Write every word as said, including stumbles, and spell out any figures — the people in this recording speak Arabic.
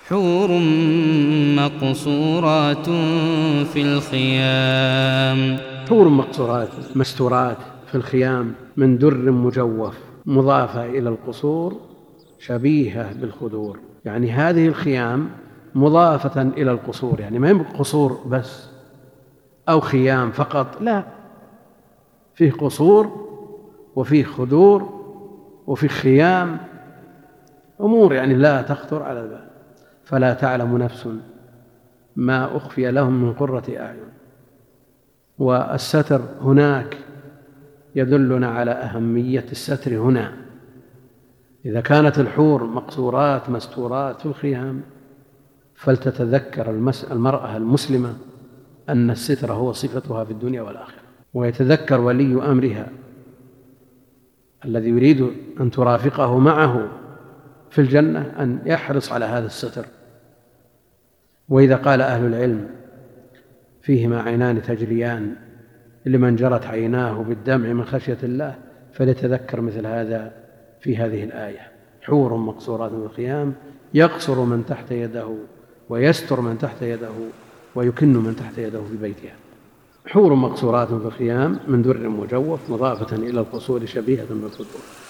حور مقصورات في الخيام. حور مقصورات مستورات في الخيام من در مجوف، مضافة إلى القصور شبيهة بالخدور. يعني هذه الخيام مضافة إلى القصور، يعني ما هي قصور بس أو خيام فقط، لا، فيه قصور وفيه خدور وفيه خيام، أمور يعني لا تخطر على البال. فلا تعلم نفس ما أخفي لهم من قرة أعين. والستر هناك يدلنا على أهمية الستر هنا. إذا كانت الحور مقصورات مستورات في الخيام، فلتتذكر المرأة المسلمة أن الستر هو صفتها في الدنيا والآخرة، ويتذكر ولي أمرها الذي يريد أن ترافقه معه في الجنة أن يحرص على هذا الستر. وإذا قال أهل العلم فيهما عينان تجريان لمن جرت عيناه بالدمع من خشية الله، فليتذكر مثل هذا في هذه الآية: حور مقصورات في الخيام يقصر من تحت يده ويستر من تحت يده ويكن من تحت يده في بيتها. حور مقصورات في الخيام من در مجوف، مضافة إلى القصور شبيهة بالخدور.